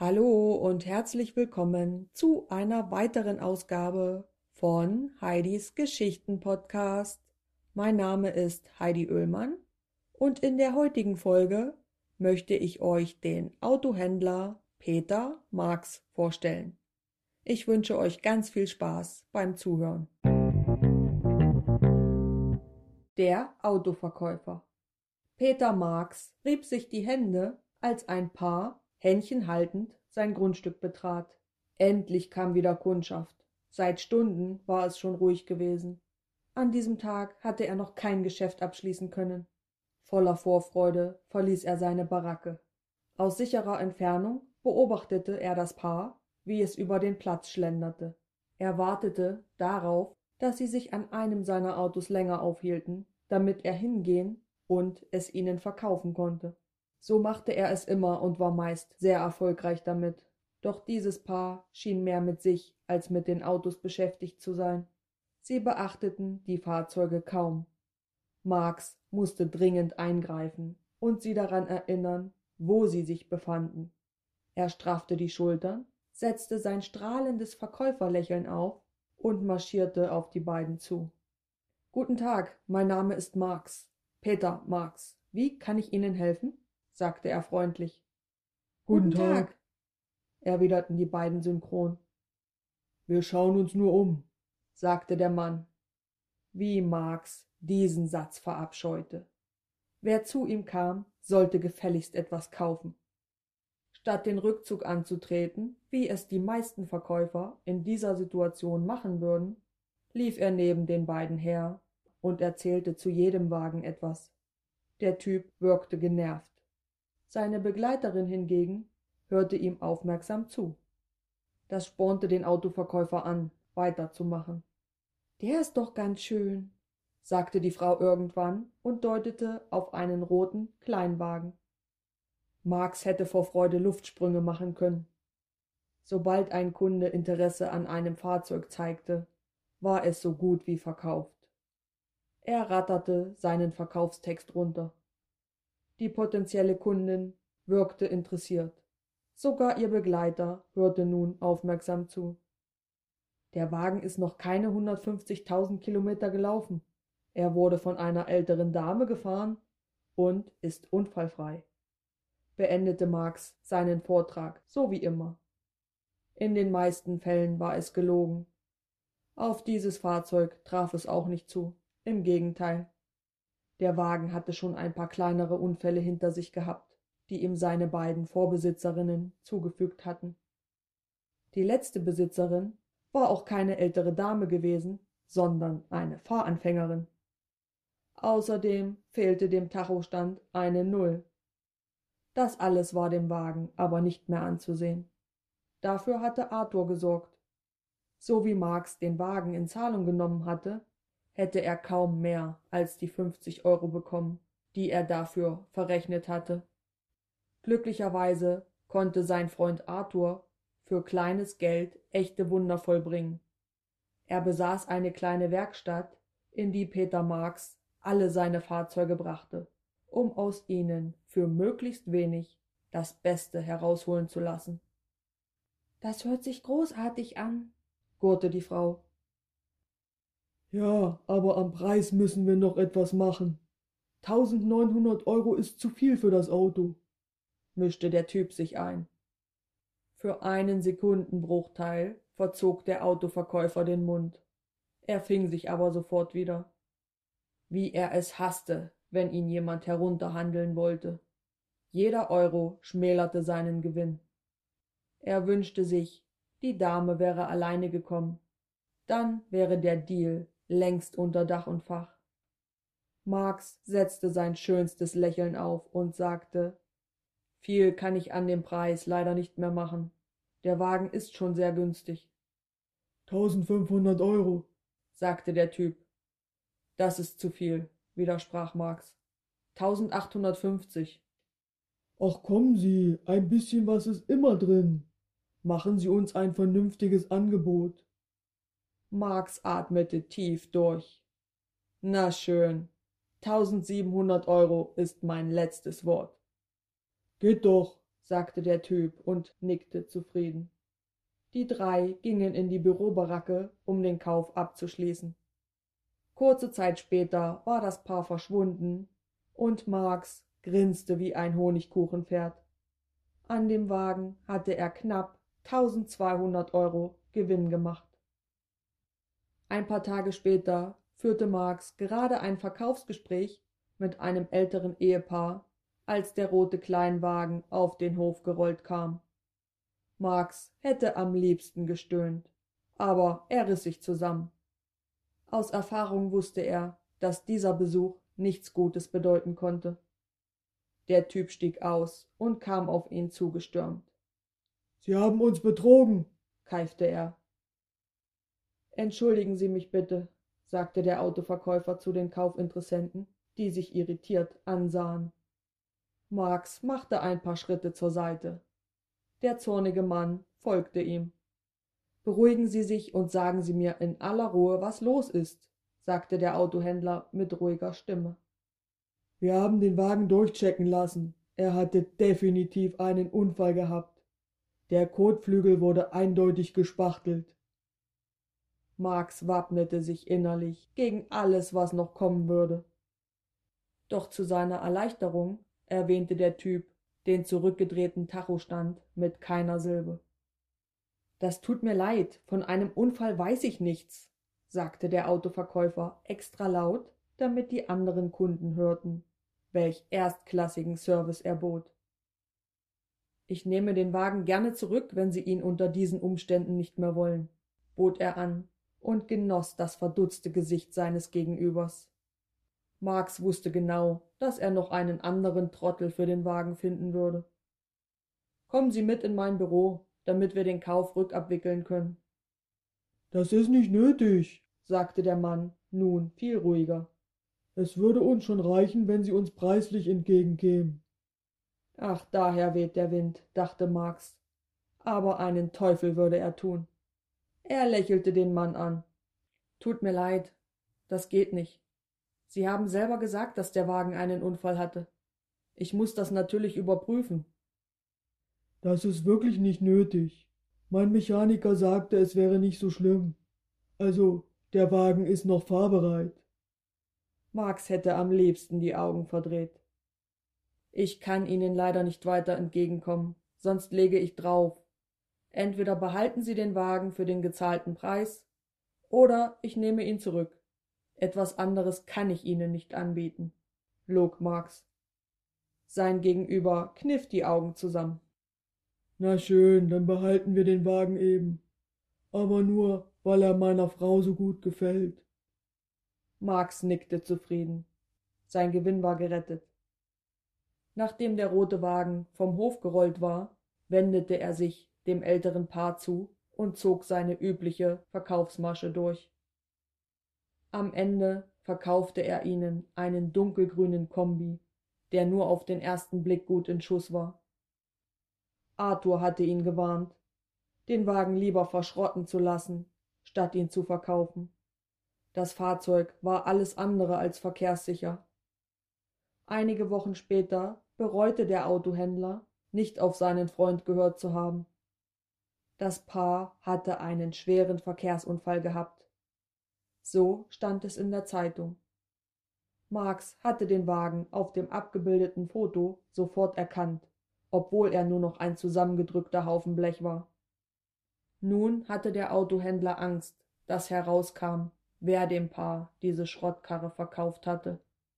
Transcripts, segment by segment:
Hallo und herzlich willkommen zu einer weiteren Ausgabe von Heidis Geschichten-Podcast. Mein Name ist Heidi Oehlmann und in der heutigen Folge möchte ich euch den Autohändler Peter Marx vorstellen. Ich wünsche euch ganz viel Spaß beim Zuhören. Der Autoverkäufer. Peter Marx rieb sich die Hände, als ein Paar, Händchen haltend, sein Grundstück betrat. Endlich kam wieder Kundschaft. Seit Stunden war es schon ruhig gewesen. An diesem Tag hatte er noch kein Geschäft abschließen können. Voller Vorfreude verließ er seine Baracke. Aus sicherer Entfernung beobachtete er das Paar, wie es über den Platz schlenderte. Er wartete darauf, dass sie sich an einem seiner Autos länger aufhielten, damit er hingehen und es ihnen verkaufen konnte. So machte er es immer und war meist sehr erfolgreich damit. Doch dieses Paar schien mehr mit sich als mit den Autos beschäftigt zu sein. Sie beachteten die Fahrzeuge kaum. Marx musste dringend eingreifen und sie daran erinnern, wo sie sich befanden. Er straffte die Schultern, setzte sein strahlendes Verkäuferlächeln auf und marschierte auf die beiden zu. »Guten Tag, mein Name ist Marx, Peter Marx. Wie kann ich Ihnen helfen?« sagte er freundlich. »Guten Tag«, erwiderten die beiden synchron. »Wir schauen uns nur um«, sagte der Mann. Wie Marx diesen Satz verabscheute. Wer zu ihm kam, sollte gefälligst etwas kaufen. Statt den Rückzug anzutreten, wie es die meisten Verkäufer in dieser Situation machen würden, lief er neben den beiden her und erzählte zu jedem Wagen etwas. Der Typ wirkte genervt. Seine Begleiterin hingegen hörte ihm aufmerksam zu. Das spornte den Autoverkäufer an, weiterzumachen. »Der ist doch ganz schön«, sagte die Frau irgendwann und deutete auf einen roten Kleinwagen. Marx hätte vor Freude Luftsprünge machen können. Sobald ein Kunde Interesse an einem Fahrzeug zeigte, war es so gut wie verkauft. Er ratterte seinen Verkaufstext runter. Die potenzielle Kundin wirkte interessiert. Sogar ihr Begleiter hörte nun aufmerksam zu. Der Wagen ist noch keine 150.000 Kilometer gelaufen. Er wurde von einer älteren Dame gefahren und ist unfallfrei, beendete Marx seinen Vortrag, so wie immer. In den meisten Fällen war es gelogen. Auf dieses Fahrzeug traf es auch nicht zu. Im Gegenteil. Der Wagen hatte schon ein paar kleinere Unfälle hinter sich gehabt, die ihm seine beiden Vorbesitzerinnen zugefügt hatten. Die letzte Besitzerin war auch keine ältere Dame gewesen, sondern eine Fahranfängerin. Außerdem fehlte dem Tachostand eine Null. Das alles war dem Wagen aber nicht mehr anzusehen. Dafür hatte Arthur gesorgt. So wie Marx den Wagen in Zahlung genommen hatte, hätte er kaum mehr als die 50 Euro bekommen, die er dafür verrechnet hatte. Glücklicherweise konnte sein Freund Arthur für kleines Geld echte Wunder vollbringen. Er besaß eine kleine Werkstatt, in die Peter Marx alle seine Fahrzeuge brachte, um aus ihnen für möglichst wenig das Beste herausholen zu lassen. »Das hört sich großartig an«, gurrte die Frau. »Ja, aber am Preis müssen wir noch etwas machen. 1.900 Euro ist zu viel für das Auto«, mischte der Typ sich ein. Für einen Sekundenbruchteil verzog der Autoverkäufer den Mund. Er fing sich aber sofort wieder. Wie er es hasste, wenn ihn jemand herunterhandeln wollte. Jeder Euro schmälerte seinen Gewinn. Er wünschte sich, die Dame wäre alleine gekommen. Dann wäre der Deal längst unter Dach und Fach. Marx setzte sein schönstes Lächeln auf und sagte: »Viel kann ich an dem Preis leider nicht mehr machen. Der Wagen ist schon sehr günstig.« »1.500 Euro«, sagte der Typ. »Das ist zu viel«, widersprach Marx. »1.850. »Ach kommen Sie, ein bisschen was ist immer drin. Machen Sie uns ein vernünftiges Angebot.« Marx atmete tief durch. »Na schön, 1.700 Euro ist mein letztes Wort.« »Geht doch«, sagte der Typ und nickte zufrieden. Die drei gingen in die Bürobaracke, um den Kauf abzuschließen. Kurze Zeit später war das Paar verschwunden und Marx grinste wie ein Honigkuchenpferd. An dem Wagen hatte er knapp 1200 € Gewinn gemacht. Ein paar Tage später führte Marx gerade ein Verkaufsgespräch mit einem älteren Ehepaar, als der rote Kleinwagen auf den Hof gerollt kam. Marx hätte am liebsten gestöhnt, aber er riss sich zusammen. Aus Erfahrung wusste er, dass dieser Besuch nichts Gutes bedeuten konnte. Der Typ stieg aus und kam auf ihn zugestürmt. »Sie haben uns betrogen«, keifte er. »Entschuldigen Sie mich bitte«, sagte der Autoverkäufer zu den Kaufinteressenten, die sich irritiert ansahen. Marx machte ein paar Schritte zur Seite. Der zornige Mann folgte ihm. »Beruhigen Sie sich und sagen Sie mir in aller Ruhe, was los ist«, sagte der Autohändler mit ruhiger Stimme. »Wir haben den Wagen durchchecken lassen. Er hatte definitiv einen Unfall gehabt. Der Kotflügel wurde eindeutig gespachtelt.« Marx wappnete sich innerlich gegen alles, was noch kommen würde. Doch zu seiner Erleichterung erwähnte der Typ den zurückgedrehten Tachostand mit keiner Silbe. »Das tut mir leid, von einem Unfall weiß ich nichts«, sagte der Autoverkäufer extra laut, damit die anderen Kunden hörten, welch erstklassigen Service er bot. »Ich nehme den Wagen gerne zurück, wenn Sie ihn unter diesen Umständen nicht mehr wollen«, bot er an und genoss das verdutzte Gesicht seines Gegenübers. Marx wusste genau, dass er noch einen anderen Trottel für den Wagen finden würde. »Kommen Sie mit in mein Büro, damit wir den Kauf rückabwickeln können.« »Das ist nicht nötig«, sagte der Mann nun viel ruhiger. »Es würde uns schon reichen, wenn Sie uns preislich entgegenkämen.« »Ach, daher weht der Wind«, dachte Marx. Aber einen Teufel würde er tun. Er lächelte den Mann an. »Tut mir leid, das geht nicht. Sie haben selber gesagt, dass der Wagen einen Unfall hatte. Ich muss das natürlich überprüfen.« »Das ist wirklich nicht nötig. Mein Mechaniker sagte, es wäre nicht so schlimm. Also, der Wagen ist noch fahrbereit.« Marx hätte am liebsten die Augen verdreht. »Ich kann Ihnen leider nicht weiter entgegenkommen, sonst lege ich drauf. Entweder behalten Sie den Wagen für den gezahlten Preis, oder ich nehme ihn zurück. Etwas anderes kann ich Ihnen nicht anbieten«, log Marx. Sein Gegenüber kniff die Augen zusammen. »Na schön, dann behalten wir den Wagen eben. Aber nur, weil er meiner Frau so gut gefällt.« Marx nickte zufrieden. Sein Gewinn war gerettet. Nachdem der rote Wagen vom Hof gerollt war, wendete er sich dem älteren Paar zu und zog seine übliche Verkaufsmasche durch. Am Ende verkaufte er ihnen einen dunkelgrünen Kombi, der nur auf den ersten Blick gut in Schuss war. Arthur hatte ihn gewarnt, den Wagen lieber verschrotten zu lassen, statt ihn zu verkaufen. Das Fahrzeug war alles andere als verkehrssicher. Einige Wochen später bereute der Autohändler, nicht auf seinen Freund gehört zu haben. Das Paar hatte einen schweren Verkehrsunfall gehabt. So stand es in der Zeitung. Marx hatte den Wagen auf dem abgebildeten Foto sofort erkannt, obwohl er nur noch ein zusammengedrückter Haufen Blech war. Nun hatte der Autohändler Angst, dass herauskam, wer dem Paar diese Schrottkarre verkauft hatte.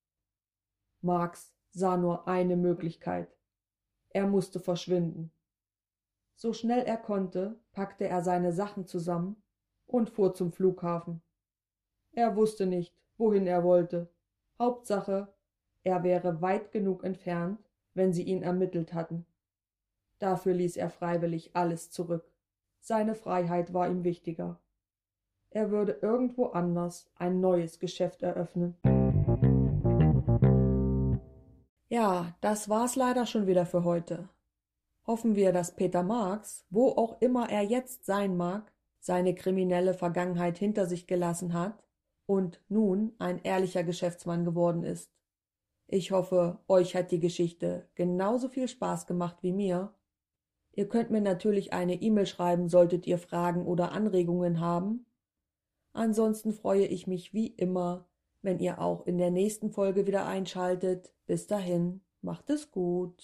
Marx sah nur eine Möglichkeit. Er musste verschwinden. So schnell er konnte, packte er seine Sachen zusammen und fuhr zum Flughafen. Er wusste nicht, wohin er wollte. Hauptsache, er wäre weit genug entfernt, wenn sie ihn ermittelt hatten. Dafür ließ er freiwillig alles zurück. Seine Freiheit war ihm wichtiger. Er würde irgendwo anders ein neues Geschäft eröffnen. Ja, das war's leider schon wieder für heute. Hoffen wir, dass Peter Marx, wo auch immer er jetzt sein mag, seine kriminelle Vergangenheit hinter sich gelassen hat und nun ein ehrlicher Geschäftsmann geworden ist. Ich hoffe, euch hat die Geschichte genauso viel Spaß gemacht wie mir Ihr könnt mir natürlich eine E-Mail schreiben, solltet ihr Fragen oder Anregungen haben. Ansonsten freue ich mich wie immer, wenn ihr auch in der nächsten Folge wieder einschaltet. Bis dahin, macht es gut.